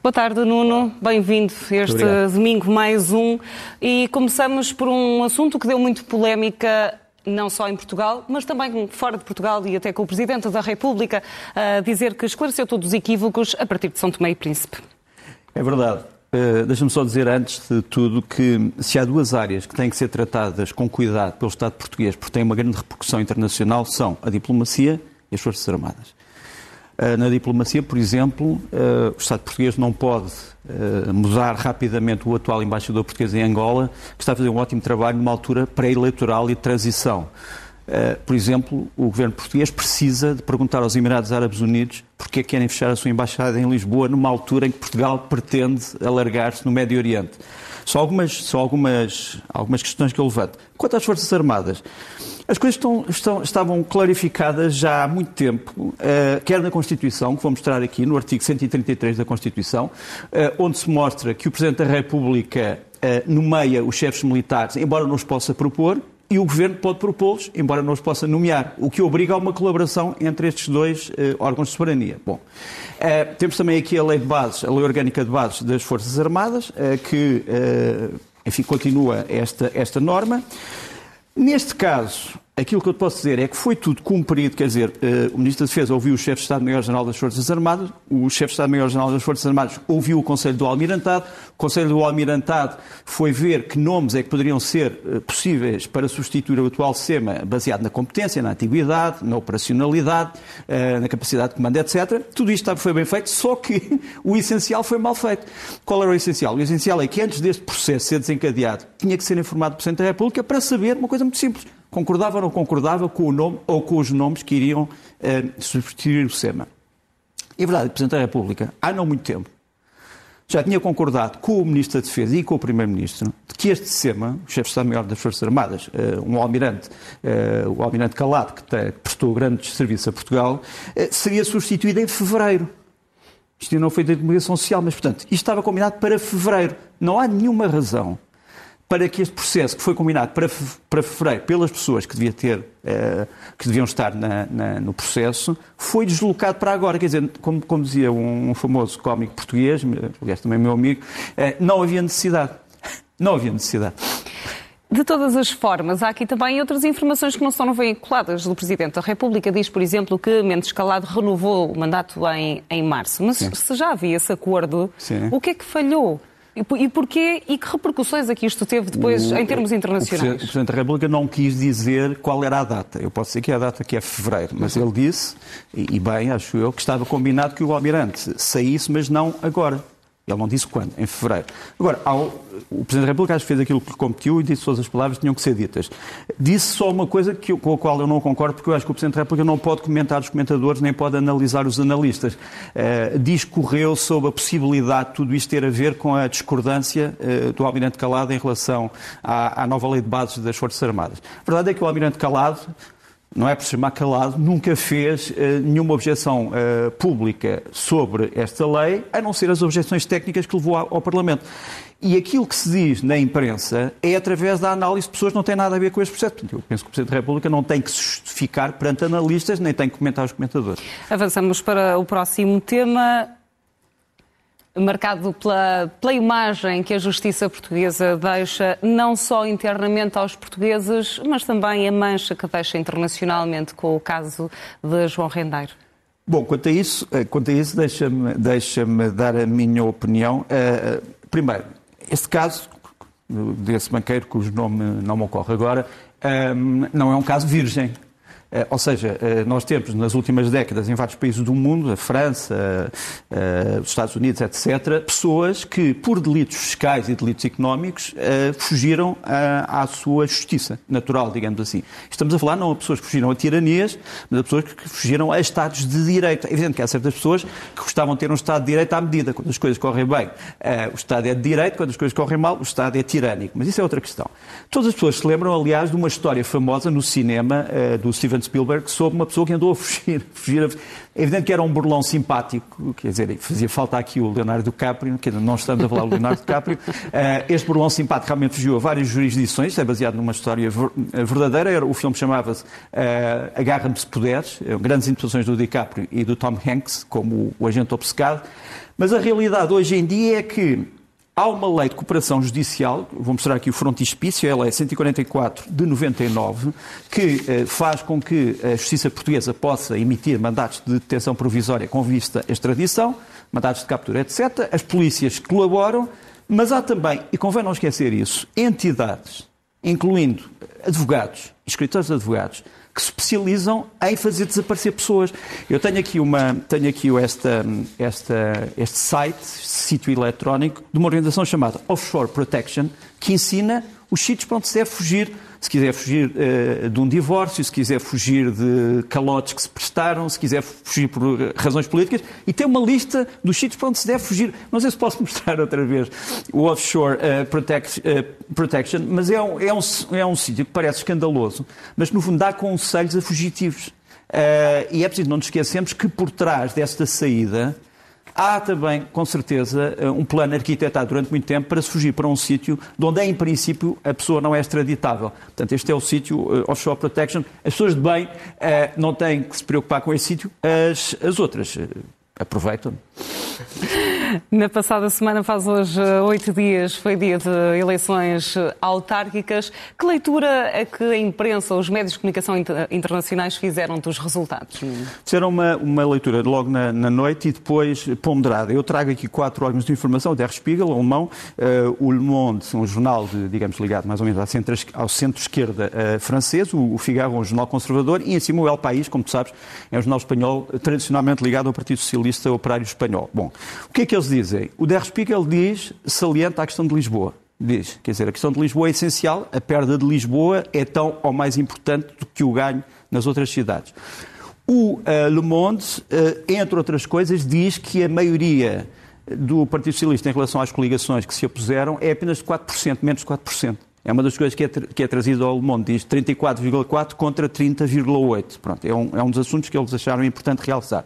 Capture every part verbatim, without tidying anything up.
Boa tarde, Nuno. Bem-vindo este domingo mais um. E começamos por um assunto que deu muito polémica, não só em Portugal, mas também fora de Portugal e até com o Presidente da República a dizer que esclareceu todos os equívocos a partir de São Tomé e Príncipe. É verdade. Uh, Deixa-me só dizer antes de tudo que se há duas áreas que têm que ser tratadas com cuidado pelo Estado português, porque têm uma grande repercussão internacional, são a diplomacia e as Forças Armadas. Na diplomacia, por exemplo, o Estado português não pode mudar rapidamente o atual embaixador português em Angola, que está a fazer um ótimo trabalho numa altura pré-eleitoral e de transição. Por exemplo, o governo português precisa de perguntar aos Emirados Árabes Unidos porque é que querem fechar a sua embaixada em Lisboa numa altura em que Portugal pretende alargar-se no Médio Oriente. Só algumas, só algumas, algumas questões que eu levanto. Quanto às Forças Armadas, as coisas estão, estão, estavam clarificadas já há muito tempo, uh, quer na Constituição, que vou mostrar aqui no artigo cento e trinta e três da Constituição, uh, onde se mostra que o Presidente da República uh, nomeia os chefes militares, embora não os possa propor, e o Governo pode propô-los, embora não os possa nomear, o que obriga a uma colaboração entre estes dois uh, órgãos de soberania. Bom, uh, temos também aqui a Lei de Bases, a Lei Orgânica de Bases das Forças Armadas, uh, que, uh, enfim, continua esta, esta norma. Neste caso, aquilo que eu te posso dizer é que foi tudo cumprido, quer dizer, o Ministro da Defesa ouviu o Chefe de Estado-Maior-General das Forças Armadas, o Chefe de Estado-Maior-General das Forças Armadas ouviu o Conselho do Almirantado, o Conselho do Almirantado foi ver que nomes é que poderiam ser possíveis para substituir o atual SEMA, baseado na competência, na antiguidade, na operacionalidade, na capacidade de comando, etcétera. Tudo isto foi bem feito, só que o essencial foi mal feito. Qual era o essencial? O essencial é que antes deste processo ser desencadeado, tinha que ser informado o Presidente da República para saber uma coisa muito simples. Concordava ou não concordava com o nome ou com os nomes que iriam eh, substituir o SEMA. E é verdade, o Presidente da República, há não muito tempo, já tinha concordado com o Ministro da Defesa e com o Primeiro-Ministro de que este SEMA, o Chefe de Estado-Maior das Forças Armadas, eh, um almirante, eh, o almirante Calado, que, te, que prestou grandes serviços a Portugal, eh, seria substituído em fevereiro. Isto não foi de comunicação social, mas, portanto, isto estava combinado para fevereiro. Não há nenhuma razão para que este processo, que foi combinado para, para fevereiro pelas pessoas que, devia ter, eh, que deviam estar na, na, no processo, foi deslocado para agora. Quer dizer, como, como dizia um, um famoso cómico português, aliás também meu amigo, eh, não havia necessidade. Não havia necessidade. De todas as formas, há aqui também outras informações que não são veiculadas do Presidente da República. Diz, por exemplo, que Mendes Calado renovou o mandato em, em março. Mas Sim. se já havia esse acordo, Sim. o que é que falhou? E porquê e que repercussões é que isto teve depois o, em termos internacionais? O Presidente da República não quis dizer qual era a data. Eu posso dizer que é a data que é fevereiro, mas ele disse, e bem, acho eu, que estava combinado que o Almirante saísse, mas não agora. Ele não disse quando, em fevereiro. Agora, ao, o Presidente da República acho que fez aquilo que lhe competiu e disse todas as palavras que tinham que ser ditas. Disse só uma coisa que, com a qual eu não concordo, porque eu acho que o Presidente da República não pode comentar os comentadores, nem pode analisar os analistas. Uh, discorreu sobre a possibilidade de tudo isto ter a ver com a discordância uh, do Almirante Calado em relação à, à nova Lei de Bases das Forças Armadas. A verdade é que o Almirante Calado, não é por se chamar Calado, nunca fez uh, nenhuma objeção uh, pública sobre esta lei, a não ser as objeções técnicas que levou ao, ao Parlamento. E aquilo que se diz na imprensa é através da análise de pessoas que não têm nada a ver com este processo. Portanto, eu penso que o Presidente da República não tem que se justificar perante analistas, nem tem que comentar os comentadores. Avançamos para o próximo tema, marcado pela, pela imagem que a justiça portuguesa deixa não só internamente aos portugueses, mas também a mancha que deixa internacionalmente com o caso de João Rendeiro. Bom, quanto a isso, quanto a isso deixa-me, deixa-me dar a minha opinião. Uh, primeiro, este caso desse banqueiro, cujo nome não me ocorre agora, um, não é um caso virgem. Uh, ou seja, uh, nós temos nas últimas décadas em vários países do mundo, a França, uh, os Estados Unidos, etcétera, pessoas que por delitos fiscais e delitos económicos uh, fugiram uh, à sua justiça natural, digamos assim. Estamos a falar não a pessoas que fugiram a tiranias, mas a pessoas que fugiram a estados de direito. É evidente que há certas pessoas que gostavam de ter um Estado de direito à medida. Quando as coisas correm bem, uh, o Estado é de direito, quando as coisas correm mal, o Estado é tirânico. Mas isso é outra questão. Todas as pessoas se lembram, aliás, de uma história famosa no cinema uh, do Steven Steven Spielberg sobre uma pessoa que andou a fugir. fugir a... É evidente que era um burlão simpático, quer dizer, fazia falta aqui o Leonardo DiCaprio, que não estamos a falar do Leonardo DiCaprio. Uh, este burlão simpático realmente fugiu a várias jurisdições, é baseado numa história verdadeira. O filme chamava-se uh, Agarra-me se puderes, grandes interpretações do DiCaprio e do Tom Hanks, como o agente obcecado. Mas a realidade hoje em dia é que há uma lei de cooperação judicial, vou mostrar aqui o frontispício, ela é cento e quarenta e quatro de noventa e nove, que eh, faz com que a justiça portuguesa possa emitir mandatos de detenção provisória com vista à extradição, mandatos de captura, etcétera. As polícias colaboram, mas há também, e convém não esquecer isso, entidades, incluindo advogados, escritores de advogados, que se especializam em fazer desaparecer pessoas. Eu tenho aqui, uma, tenho aqui esta, esta, este site, sítio eletrónico, de uma organização chamada Offshore Protection, que ensina os sítios para onde se deve fugir. Se quiser fugir uh, de um divórcio, se quiser fugir de calotes que se prestaram, se quiser fugir por razões políticas, e tem uma lista dos sítios para onde se deve fugir. Não sei se posso mostrar outra vez o Offshore uh, protect, uh, Protection, mas é um, é, um, é um sítio que parece escandaloso, mas no fundo dá conselhos a fugitivos. Uh, e é preciso não nos esquecermos que por trás desta saída há também, com certeza, um plano arquitetado durante muito tempo para se fugir para um sítio de onde, em princípio, a pessoa não é extraditável. Portanto, este é o sítio uh, Offshore Protection. As pessoas de bem uh, não têm que se preocupar com esse sítio, as, as outras uh, aproveitam. Na passada semana, faz hoje oito dias, foi dia de eleições autárquicas. Que leitura é que a imprensa, os meios de comunicação inter- internacionais fizeram dos resultados? Fizeram uma, uma leitura logo na, na noite e depois ponderada. Eu trago aqui quatro órgãos de informação, o Der Spiegel, alemão, uh, o Le Monde, um jornal, de, digamos, ligado mais ou menos ao, centro, ao centro-esquerda uh, francês, o, o Figaro, um jornal conservador, e em cima o El País, como tu sabes, é um jornal espanhol tradicionalmente ligado ao Partido Socialista Operário Espanhol. Bom, o que é que eles dizem? O Der Spiegel diz, salienta a questão de Lisboa. Diz, quer dizer, a questão de Lisboa é essencial, a perda de Lisboa é tão ou mais importante do que o ganho nas outras cidades. O uh, Le Monde, uh, entre outras coisas, diz que a maioria do Partido Socialista em relação às coligações que se opuseram é apenas de quatro por cento, menos de quatro por cento. É uma das coisas que é, que é trazido ao Le Monde, diz trinta e quatro vírgula quatro contra trinta vírgula oito. Pronto, é um, é um dos assuntos que eles acharam importante realçar.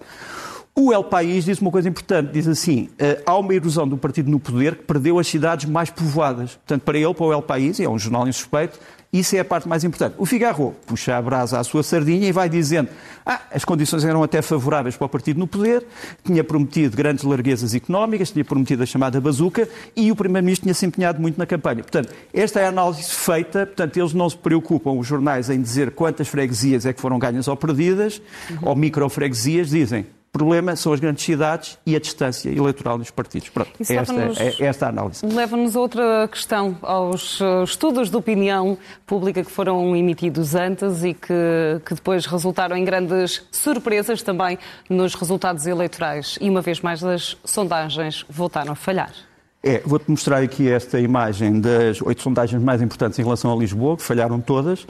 O El País diz uma coisa importante, diz assim, uh, há uma erosão do partido no poder que perdeu as cidades mais povoadas. Portanto, para ele, para o El País, é um jornal insuspeito, isso é a parte mais importante. O Figaro puxa a brasa à sua sardinha e vai dizendo ah, as condições eram até favoráveis para o partido no poder, tinha prometido grandes larguezas económicas, tinha prometido a chamada bazuca e o Primeiro-Ministro tinha se empenhado muito na campanha. Portanto, esta é a análise feita, portanto, eles não se preocupam, os jornais, em dizer quantas freguesias é que foram ganhas ou perdidas, uhum. ou microfreguesias, dizem. O problema são as grandes cidades e a distância eleitoral dos partidos. Pronto, esta é esta a análise. Leva-nos a outra questão, aos estudos de opinião pública que foram emitidos antes e que, que depois resultaram em grandes surpresas também nos resultados eleitorais. E, uma vez mais, as sondagens voltaram a falhar. É, vou-te mostrar aqui esta imagem das oito sondagens mais importantes em relação a Lisboa, que falharam todas.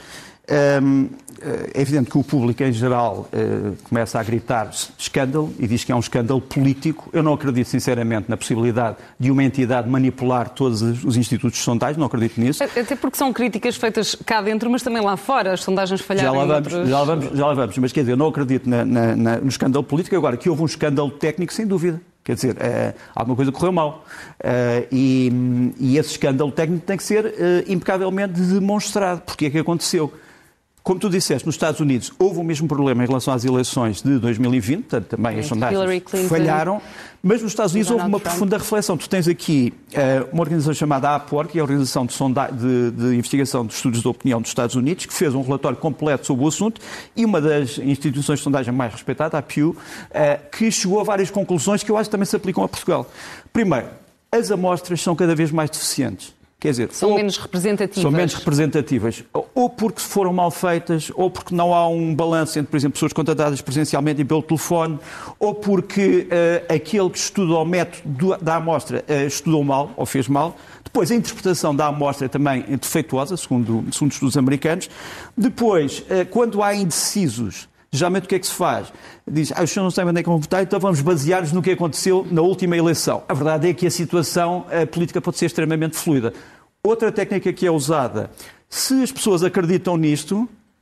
Um, é evidente que o público em geral uh, começa a gritar escândalo e diz que é um escândalo político. Eu não acredito sinceramente na possibilidade de uma entidade manipular todos os institutos de sondagem, não acredito nisso. Até porque são críticas feitas cá dentro, mas também lá fora, as sondagens falharam. Já lá vamos, outros... já lá vamos, já lá vamos. Mas quer dizer, eu não acredito na, na, na, no escândalo político. Agora, que houve um escândalo técnico, sem dúvida. Quer dizer, uh, alguma coisa correu mal. Uh, e, e esse escândalo técnico tem que ser uh, impecavelmente demonstrado. Porque é que aconteceu? Como tu disseste, nos Estados Unidos houve o mesmo problema em relação às eleições de dois mil e vinte, portanto também as sondagens falharam, mas nos Estados Unidos houve uma profunda reflexão. Tu tens aqui uh, uma organização chamada A P O R, que é a Organização de, Sonda- de, de Investigação de Estudos de Opinião dos Estados Unidos, que fez um relatório completo sobre o assunto, e uma das instituições de sondagem mais respeitadas, a Pew, uh, que chegou a várias conclusões que eu acho que também se aplicam a Portugal. Primeiro, as amostras são cada vez mais deficientes. Quer dizer, são ou, menos representativas. São menos representativas. Ou porque foram mal feitas, ou porque não há um balanço entre, por exemplo, pessoas contratadas presencialmente e pelo telefone, ou porque uh, aquele que estudou o método da amostra uh, estudou mal, ou fez mal. Depois, a interpretação da amostra é também defeituosa, segundo, segundo estudos americanos. Depois, uh, quando há indecisos, geralmente o que é que se faz? Diz, ah, os senhores não sabem onde é que vão votar, então vamos basear-nos no que aconteceu na última eleição. A verdade é que a situação a política pode ser extremamente fluida. Outra técnica que é usada, se as pessoas acreditam nisto,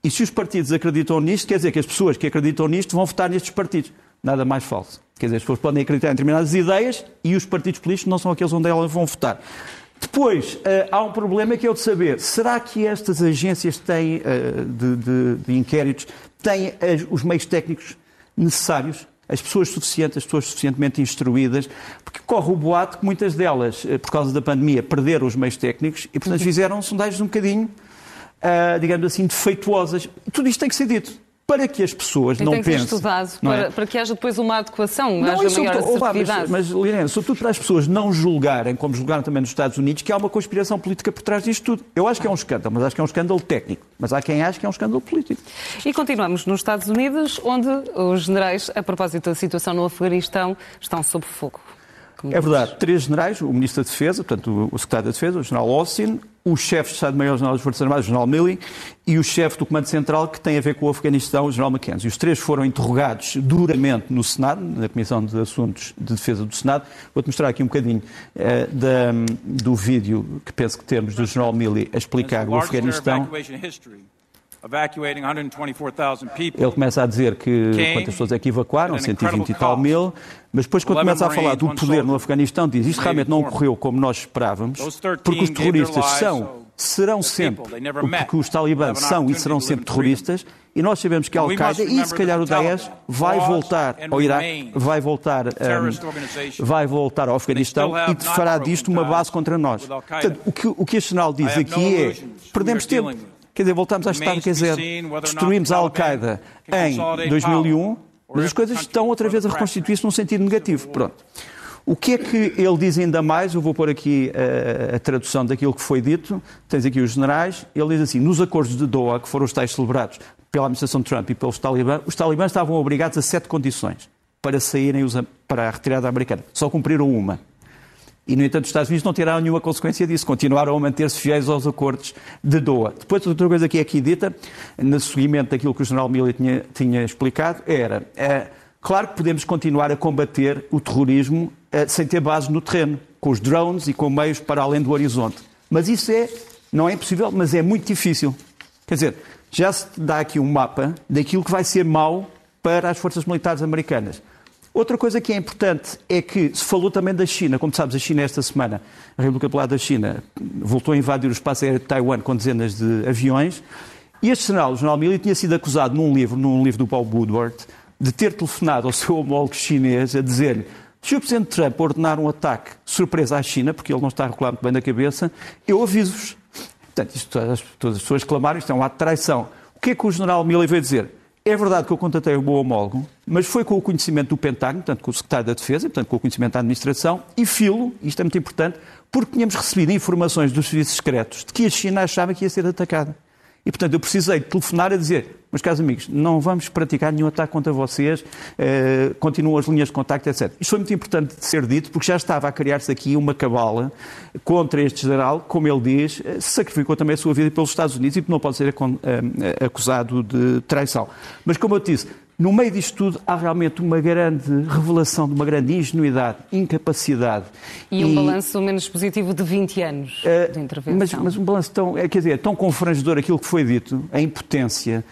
E se os partidos acreditam nisto, quer dizer que as pessoas que acreditam nisto vão votar nestes partidos. Nada mais falso. Quer dizer, as pessoas podem acreditar em determinadas ideias e os partidos políticos não são aqueles onde elas vão votar. Depois, há um problema que é o de saber, será que estas agências têm, de, de, de inquéritos têm os meios técnicos necessários? As pessoas suficientes, as pessoas suficientemente instruídas, porque corre o boato que muitas delas, por causa da pandemia, perderam os meios técnicos e, portanto, fizeram sondagens um bocadinho, uh, digamos assim, defeituosas. Tudo isto tem que ser dito para que as pessoas e não pensem... Tem que pensem... ser estudado, para, é? para que haja depois uma adequação, não, haja maior assertividade. Mas, mas Liliana, sobretudo para as pessoas não julgarem, como julgaram também nos Estados Unidos, que há uma conspiração política por trás disto tudo. Eu acho que é um escândalo, mas acho que é um escândalo técnico. Mas há quem ache que é um escândalo político. E continuamos nos Estados Unidos, onde os generais, a propósito da situação no Afeganistão, estão sob fogo. É verdade. Três generais, o Ministro da Defesa, portanto o Secretário da Defesa, o General Austin, o chefe de Estado-Maior-General das Forças Armadas, o General Milley, e o chefe do Comando Central, que tem a ver com o Afeganistão, o General McKenzie. Os três foram interrogados duramente no Senado, na Comissão de Assuntos de Defesa do Senado. Vou-te mostrar aqui um bocadinho uh, da, do vídeo que penso que temos do General Milley a explicar o Afeganistão. Ele começa a dizer que quantas pessoas é que evacuaram, cento e vinte e tal mil, mas depois quando começa a falar do poder no Afeganistão, diz isto realmente não ocorreu como nós esperávamos, porque os terroristas são, serão sempre, porque os talibãs são e serão sempre terroristas, e nós sabemos que a Al-Qaeda e se calhar o Daesh vai voltar ao Iraque, vai voltar, um, vai voltar ao Afeganistão e fará disto uma base contra nós. Portanto, o que, o que este jornal diz aqui é, perdemos tempo. Quer dizer, voltamos à estaca zero. Destruímos a Al-Qaeda em dois mil e um, mas as coisas estão outra vez a reconstituir-se num sentido negativo. Pronto. O que é que ele diz ainda mais? Eu vou pôr aqui a, a tradução daquilo que foi dito. Tens aqui os generais. Ele diz assim, nos acordos de Doha, que foram os tais celebrados pela administração Trump e pelos talibãs, os talibãs estavam obrigados a sete condições para saírem para a retirada americana. Só cumpriram uma. E, no entanto, os Estados Unidos não tiraram nenhuma consequência disso, continuaram a manter-se fiéis aos acordos de Doha. Depois, outra coisa que é aqui dita, no seguimento daquilo que o general Milley tinha, tinha explicado, era, é, claro que podemos continuar a combater o terrorismo é, sem ter base no terreno, com os drones e com meios para além do horizonte. Mas isso é, não é impossível, mas é muito difícil. Quer dizer, já se dá aqui um mapa daquilo que vai ser mau para as forças militares americanas. Outra coisa que é importante é que se falou também da China. Como sabes, a China esta semana, a República Popular da China, voltou a invadir o espaço aéreo de Taiwan com dezenas de aviões. E este general, o general Milley, tinha sido acusado num livro, num livro do Paul Woodward, de ter telefonado ao seu homólogo chinês a dizer-lhe se o Presidente Trump ordenar um ataque surpresa à China, porque ele não está a regular muito bem da cabeça, eu aviso-vos. Portanto, isto, todas, todas as pessoas clamaram, isto é um ato de traição. O que é que o general Milley veio dizer? É verdade que eu contatei o meu homólogo, mas foi com o conhecimento do Pentágono, portanto com o Secretário da Defesa, portanto com o conhecimento da Administração, e filo, isto é muito importante, porque tínhamos recebido informações dos serviços secretos de que a China achava que ia ser atacada. E, portanto, eu precisei telefonar a dizer, meus caros amigos, não vamos praticar nenhum ataque contra vocês, eh, continuam as linhas de contacto, etcétera. Isto foi muito importante de ser dito, porque já estava a criar-se aqui uma cabala contra este general, como ele diz, sacrificou também a sua vida pelos Estados Unidos e não pode ser acusado de traição. Mas, como eu disse, no meio disto tudo há realmente uma grande revelação de uma grande ingenuidade, incapacidade. E um e, balanço menos positivo de vinte anos uh, de intervenção. Mas, mas um balanço tão, quer dizer, tão confrangedor aquilo que foi dito, a impotência,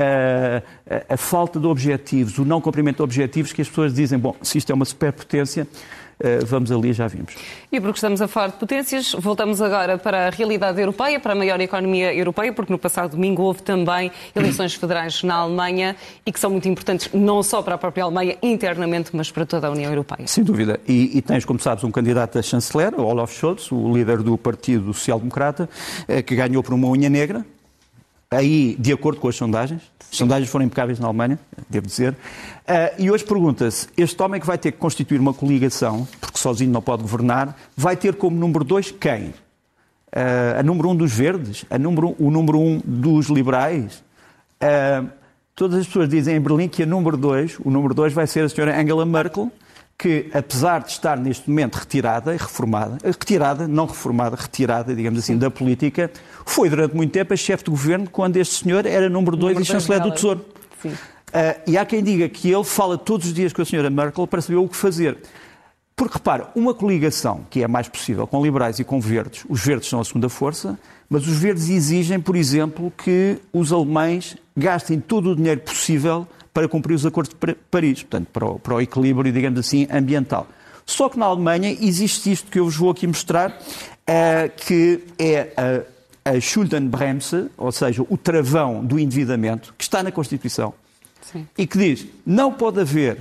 uh, a, a falta de objetivos, o não cumprimento de objetivos, que as pessoas dizem, bom, se isto é uma superpotência, Uh, vamos ali, já vimos. E porque estamos a falar de potências, voltamos agora para a realidade europeia, para a maior economia europeia, porque no passado domingo houve também eleições federais na Alemanha e que são muito importantes não só para a própria Alemanha internamente, mas para toda a União Europeia. Sem dúvida. E, e tens, como sabes, um candidato a chanceler, Olaf Scholz, o líder do Partido Social Democrata, uh, que ganhou por uma unha negra, aí de acordo com as sondagens. As sondagens foram impecáveis na Alemanha, devo dizer. Uh, e hoje pergunta-se, este homem que vai ter que constituir uma coligação, porque sozinho não pode governar, vai ter como número dois quem? Uh, a número um dos verdes? A número, o número um dos liberais? Uh, todas as pessoas dizem em Berlim que a número dois, o número dois vai ser a senhora Angela Merkel, que apesar de estar neste momento retirada e reformada, retirada, não reformada, retirada, digamos assim, da política, foi durante muito tempo a chefe de governo quando este senhor era número dois e chanceler do Tesouro. Sim. Uh, e há quem diga que ele fala todos os dias com a senhora Merkel para saber o que fazer. Porque, repara, uma coligação, que é mais possível, com liberais e com verdes, os verdes são a segunda força, Mas os verdes exigem, por exemplo, que os alemães gastem todo o dinheiro possível para cumprir os acordos de Paris, portanto, para o, para o equilíbrio, digamos assim, ambiental. Só que na Alemanha existe isto que eu vos vou aqui mostrar, uh, que é a, a Schuldenbremse, ou seja, o travão do endividamento, que está na Constituição. Sim. E que diz, não pode haver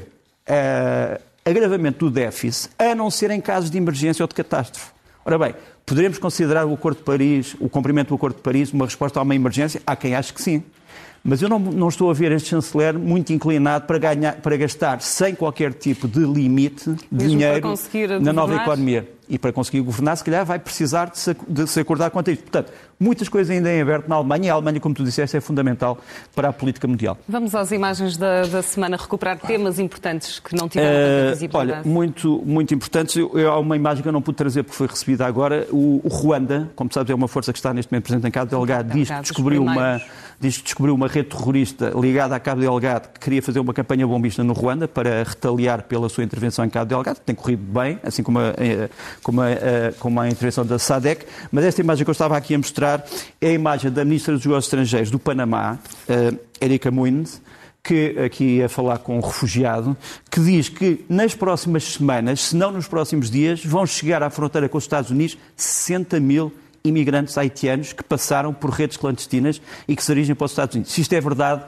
uh, agravamento do déficit, a não ser em casos de emergência ou de catástrofe. Ora bem, poderemos considerar o Acordo de Paris, o cumprimento do Acordo de Paris, uma resposta a uma emergência? Há quem ache que sim. Mas eu não, não estou a ver este chanceler muito inclinado para, ganhar, para gastar sem qualquer tipo de limite de dinheiro na nova economia. E para conseguir governar, se calhar vai precisar de se, de se acordar quanto a isto. Portanto, muitas coisas ainda em aberto na Alemanha, e a Alemanha, como tu disseste, é fundamental para a política mundial. Vamos às imagens da, da semana, recuperar temas importantes que não tiveram tanta visibilidade. Olha, muito, muito importantes. Eu, eu, há uma imagem que eu não pude trazer porque foi recebida agora. O, o Ruanda, como sabes, é uma força que está neste momento presente em Cabo Delgado, diz que descobriu uma... Diz que descobriu uma rede terrorista ligada a Cabo Delgado que queria fazer uma campanha bombista no Ruanda para retaliar pela sua intervenção em Cabo Delgado. Tem corrido bem, assim como a, como a, como a intervenção da SADC. Mas esta imagem que eu estava aqui a mostrar é a imagem da Ministra dos Negócios Estrangeiros do Panamá, uh, Erika Muins, que aqui ia falar com um refugiado, que diz que nas próximas semanas, se não nos próximos dias, vão chegar à fronteira com os Estados Unidos sessenta mil imigrantes haitianos que passaram por redes clandestinas e que se dirigem para os Estados Unidos. Se isto é verdade,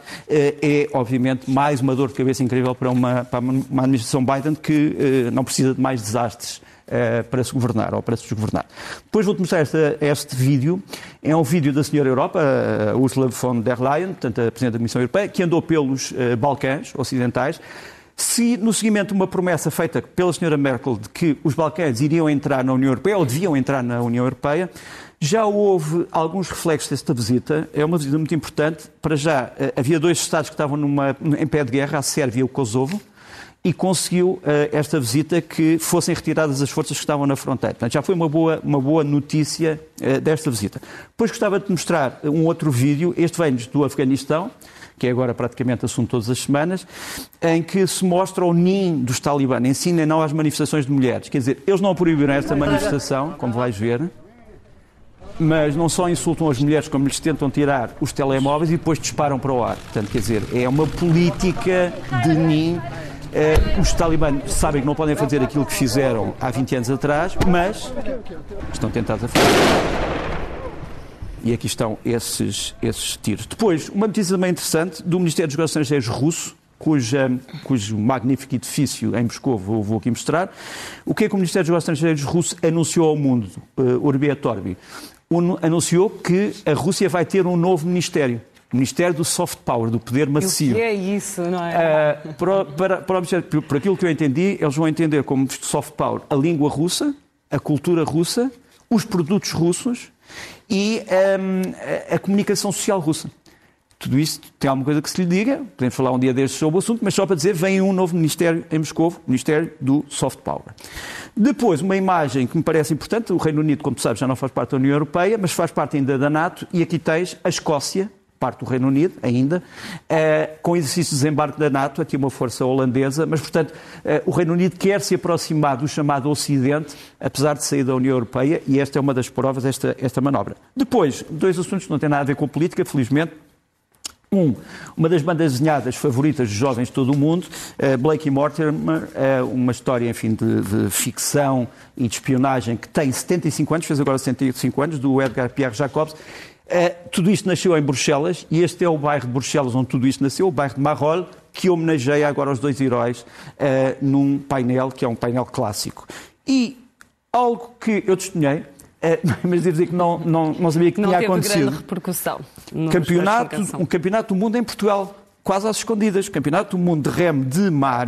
é obviamente mais uma dor de cabeça incrível para uma, para uma administração Biden que não precisa de mais desastres para se governar ou para se desgovernar. Depois vou-te mostrar este, este vídeo. É um vídeo da senhora Europa, a Ursula von der Leyen, portanto a Presidente da Comissão Europeia, que andou pelos Balcãs ocidentais. Se, no seguimento de uma promessa feita pela senhora Merkel de que os Balcãs iriam entrar na União Europeia, ou deviam entrar na União Europeia, já houve alguns reflexos desta visita. É uma visita muito importante. Para já, havia dois Estados que estavam numa, em pé de guerra, a Sérvia e o Kosovo, e conseguiu esta visita que fossem retiradas as forças que estavam na fronteira. Portanto, já foi uma boa, uma boa notícia desta visita. Depois gostava de mostrar um outro vídeo. Este vem-nos do Afeganistão, que é agora praticamente assunto todas as semanas, em que se mostra o ninho dos talibã, em si nem não às manifestações de mulheres. Quer dizer, eles não proibiram esta manifestação, como vais ver, mas não só insultam as mulheres, como lhes tentam tirar os telemóveis e depois disparam para o ar. Portanto, quer dizer, é uma política de ninho. Uh, os talibã sabem que não podem fazer aquilo que fizeram há vinte anos atrás, mas estão tentados a fazer. E aqui estão esses, esses tiros. Depois, uma notícia também interessante do Ministério dos Negócios Estrangeiros russo, cuja, cujo magnífico edifício em Moscou vou, vou aqui mostrar. O que é que o Ministério dos Negócios Estrangeiros russo anunciou ao mundo, uh, Urbi et Orbi? Um, anunciou que a Rússia vai ter um novo ministério. O Ministério do Soft Power, do poder macio. O que é isso, não é? Uh, para, para, para, por, por aquilo que eu entendi, eles vão entender como soft power a língua russa, a cultura russa, os produtos russos e um, a, a comunicação social russa. Tudo isto tem alguma coisa que se lhe diga, podemos falar um dia destes sobre o assunto, mas só para dizer, vem um novo ministério em Moscou, Ministério do Soft Power. Depois, uma imagem que me parece importante, o Reino Unido, como tu sabes, já não faz parte da União Europeia, mas faz parte ainda da NATO, e aqui tens a Escócia, parte do Reino Unido ainda, eh, com exercício de desembarque da NATO, aqui uma força holandesa, mas, portanto, eh, o Reino Unido quer se aproximar do chamado Ocidente, apesar de sair da União Europeia, e esta é uma das provas desta esta manobra. Depois, dois assuntos que não têm nada a ver com política, felizmente. Um, uma das bandas desenhadas favoritas dos jovens de todo o mundo, uh, Blake e Mortimer, uh, uma história, enfim, de, de ficção e de espionagem que tem setenta e cinco anos, fez agora setenta e cinco anos, do Edgar Pierre Jacobs. Uh, tudo isto nasceu em Bruxelas, e este é o bairro de Bruxelas onde tudo isto nasceu, o bairro de Marolles, que homenageia agora os dois heróis uh, num painel, que é um painel clássico. E algo que eu testemunhei, É, mas devo dizer que não, não, não sabia que não tinha acontecido. Não teve grande repercussão. Campeonato, um campeonato do mundo em Portugal, quase às escondidas. Campeonato do mundo de remo de mar,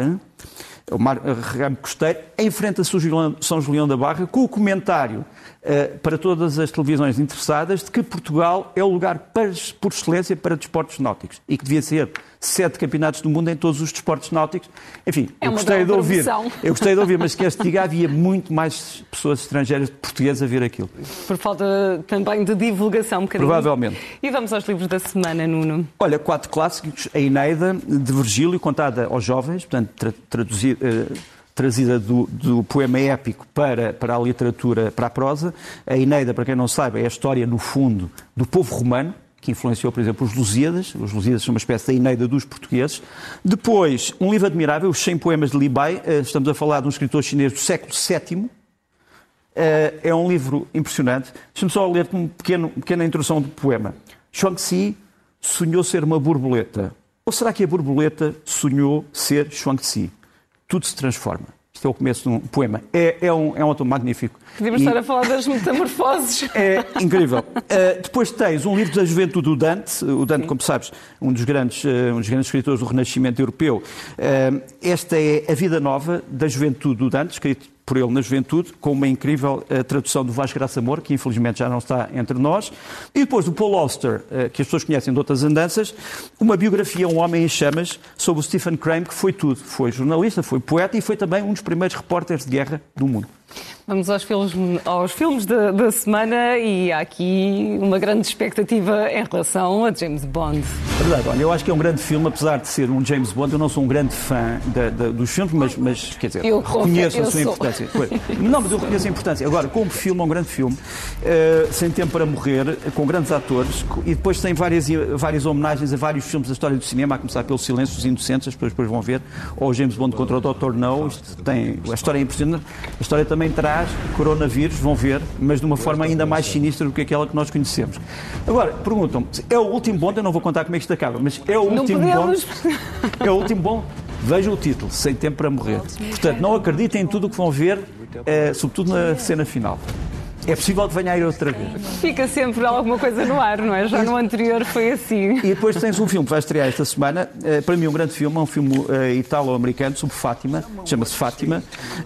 o mar remo costeiro, em frente a São Julião da Barra, com o comentário uh, para todas as televisões interessadas de que Portugal é o lugar para, por excelência para desportos náuticos e que devia ser sete campeonatos do mundo em todos os desportos náuticos. Enfim, é eu gostei de ouvir. Eu gostei de ouvir, mas que este diga, havia muito mais pessoas estrangeiras portuguesas a ver aquilo. Por falta também de divulgação, um bocadinho. Provavelmente. E vamos aos livros da semana, Nuno. Olha, quatro clássicos. A Eneida, de Virgílio, contada aos jovens, portanto, tra traduzida, uh, trazida do, do poema épico para, para a literatura, para a prosa. A Eneida, para quem não sabe, é a história, no fundo, do povo romano, que influenciou, por exemplo, os Lusíadas. Os Lusíadas são uma espécie da Eneida dos portugueses. Depois, um livro admirável, os cem poemas de Li Bai. Estamos a falar de um escritor chinês do século sétimo. É um livro impressionante. Deixa-me só ler uma pequeno, pequena introdução do poema. Xuanxi sonhou ser uma borboleta. Ou será que a borboleta sonhou ser Xuanxi? Tudo se transforma. Isto é o começo de um poema. É, é, um, é um autor magnífico. Podíamos e... estar a falar das metamorfoses. É incrível. Uh, depois tens um livro da juventude do Dante. O Dante, Sim. como sabes, um dos, grandes, uh, um dos grandes escritores do Renascimento Europeu. Uh, esta é A Vida Nova da Juventude do Dante, escrito por ele na juventude, com uma incrível uh, tradução do Vaz Graça Moura, que infelizmente já não está entre nós. E depois do Paul Auster, uh, que as pessoas conhecem de outras andanças, uma biografia, Um Homem em Chamas, sobre o Stephen Crane, que foi tudo. Foi jornalista, foi poeta e foi também um dos primeiros repórteres de guerra do mundo. Vamos aos filmes, aos filmes da, da semana e há aqui uma grande expectativa em relação a James Bond. É verdade, olha, eu acho que é um grande filme, apesar de ser um James Bond, eu não sou um grande fã da, da, dos filmes, mas, mas quer dizer, eu reconheço a sua sou. importância. Não, mas eu reconheço a importância. Agora, como filme, é um grande filme, uh, sem tempo para morrer, com grandes atores, e depois tem várias, várias homenagens a vários filmes da história do cinema, a começar pelo Silêncio dos Inocentes, as pessoas depois vão ver, ou James Bond contra o doutor No. Isto tem, a história é impressionante. A história também traz coronavírus, vão ver, mas de uma forma ainda mais sinistra do que aquela que nós conhecemos. Agora, perguntam-me, é o último Bond? Eu não vou contar como é que isto acaba, mas é o não último podemos. Bond? É o último Bond? Vejam o título, Sem Tempo para Morrer. Portanto, não acreditem em tudo o que vão ver, é, sobretudo na cena final. É possível que venha aí outra vez. Fica sempre alguma coisa no ar, não é? Já no anterior foi assim. E depois tens um filme que vai estrear esta semana, para mim um grande filme, é um filme italo-americano sobre Fátima, chama-se Fátima.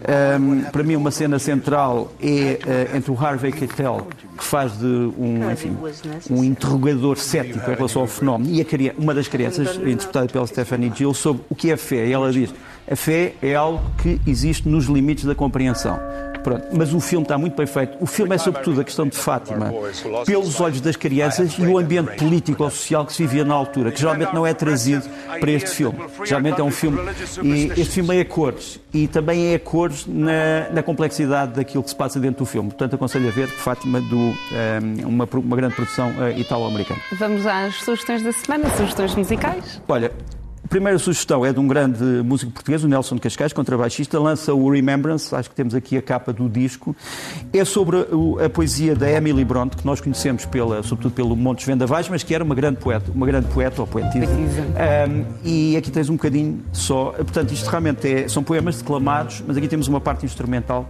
Para mim uma cena central é entre o Harvey Keitel, que faz de um, enfim, um interrogador cético em relação ao fenómeno, e a, uma das crianças, interpretada pela Stephanie Gill, sobre o que é fé. E ela diz, a fé é algo que existe nos limites da compreensão. Pronto, mas o filme está muito bem feito. O filme é sobretudo a questão de Fátima pelos olhos das crianças e o ambiente político ou social que se vivia na altura, que geralmente não é trazido para este filme. Geralmente é um filme, e este filme é a cores, e também é a cores na, na complexidade daquilo que se passa dentro do filme. Portanto, aconselho a ver Fátima, do, um, uma, uma grande produção uh, italo-americana. Vamos às sugestões da semana, sugestões musicais. Olha, a primeira sugestão é de um grande músico português, o Nelson Cascais, contrabaixista, lança o Remembrance, acho que temos aqui a capa do disco. É sobre a, a poesia da Emily Bronte, que nós conhecemos pela, sobretudo pelo Montes Vendavais, mas que era uma grande poeta, uma grande poeta ou poetisa. Um, e aqui tens um bocadinho só, portanto, isto realmente é, são poemas declamados, mas aqui temos uma parte instrumental.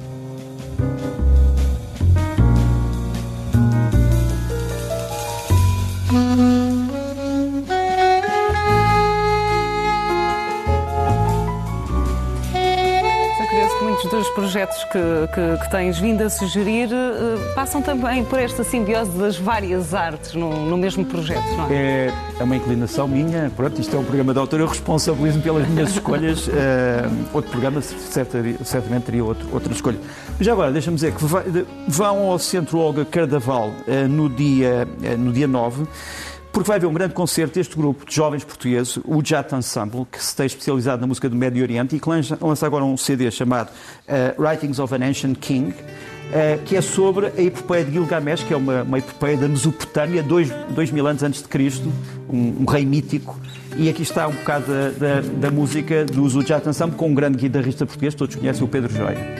Dos projetos que, que, que tens vindo a sugerir uh, passam também por esta simbiose das várias artes no, no mesmo projeto, não é? é? É uma inclinação minha. Pronto, isto é um programa de autor, eu responsabilizo-me pelas minhas escolhas. Uh, outro programa certamente teria outro, outra escolha. Mas já agora, deixa-me dizer que vai, vão ao Centro Olga Cardaval uh, no, dia, uh, no dia nove, porque vai haver um grande concerto deste grupo de jovens portugueses, o Jat Ensemble, que se tem especializado na música do Médio Oriente e que lança, lança agora um C D chamado uh, Writings of an Ancient King, uh, que é sobre a epopeia de Gilgamesh, que é uma, uma epopeia da Mesopotâmia, dois, dois mil anos antes de Cristo, um, um rei mítico. E aqui está um bocado da, da, da música do Jat Ensemble, com um grande guitarrista português, todos conhecem, o Pedro Joia.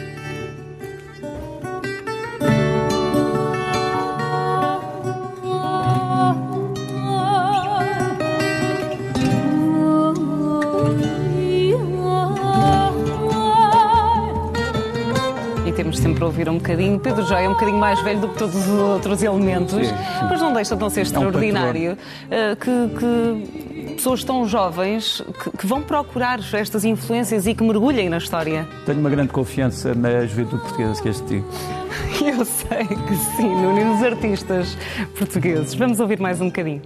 Temos sempre a ouvir um bocadinho. Pedro Joia é um bocadinho mais velho do que todos os outros elementos, sim, sim. Mas não deixa de não ser extraordinário é um que, que pessoas tão jovens que, que vão procurar estas influências e que mergulhem na história. Tenho uma grande confiança na juventude portuguesa que este tipo. Eu sei que sim, no, nos artistas portugueses. Vamos ouvir mais um bocadinho.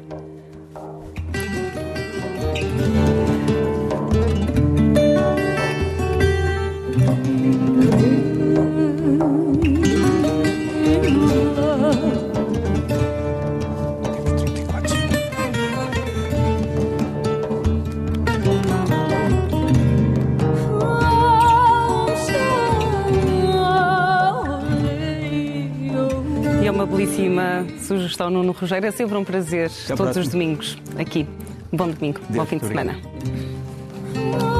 ótima sugestão, Nuno Rogério. É sempre um prazer, Até todos próxima. os domingos, aqui. Bom domingo, Deus, bom fim de obrigado. semana.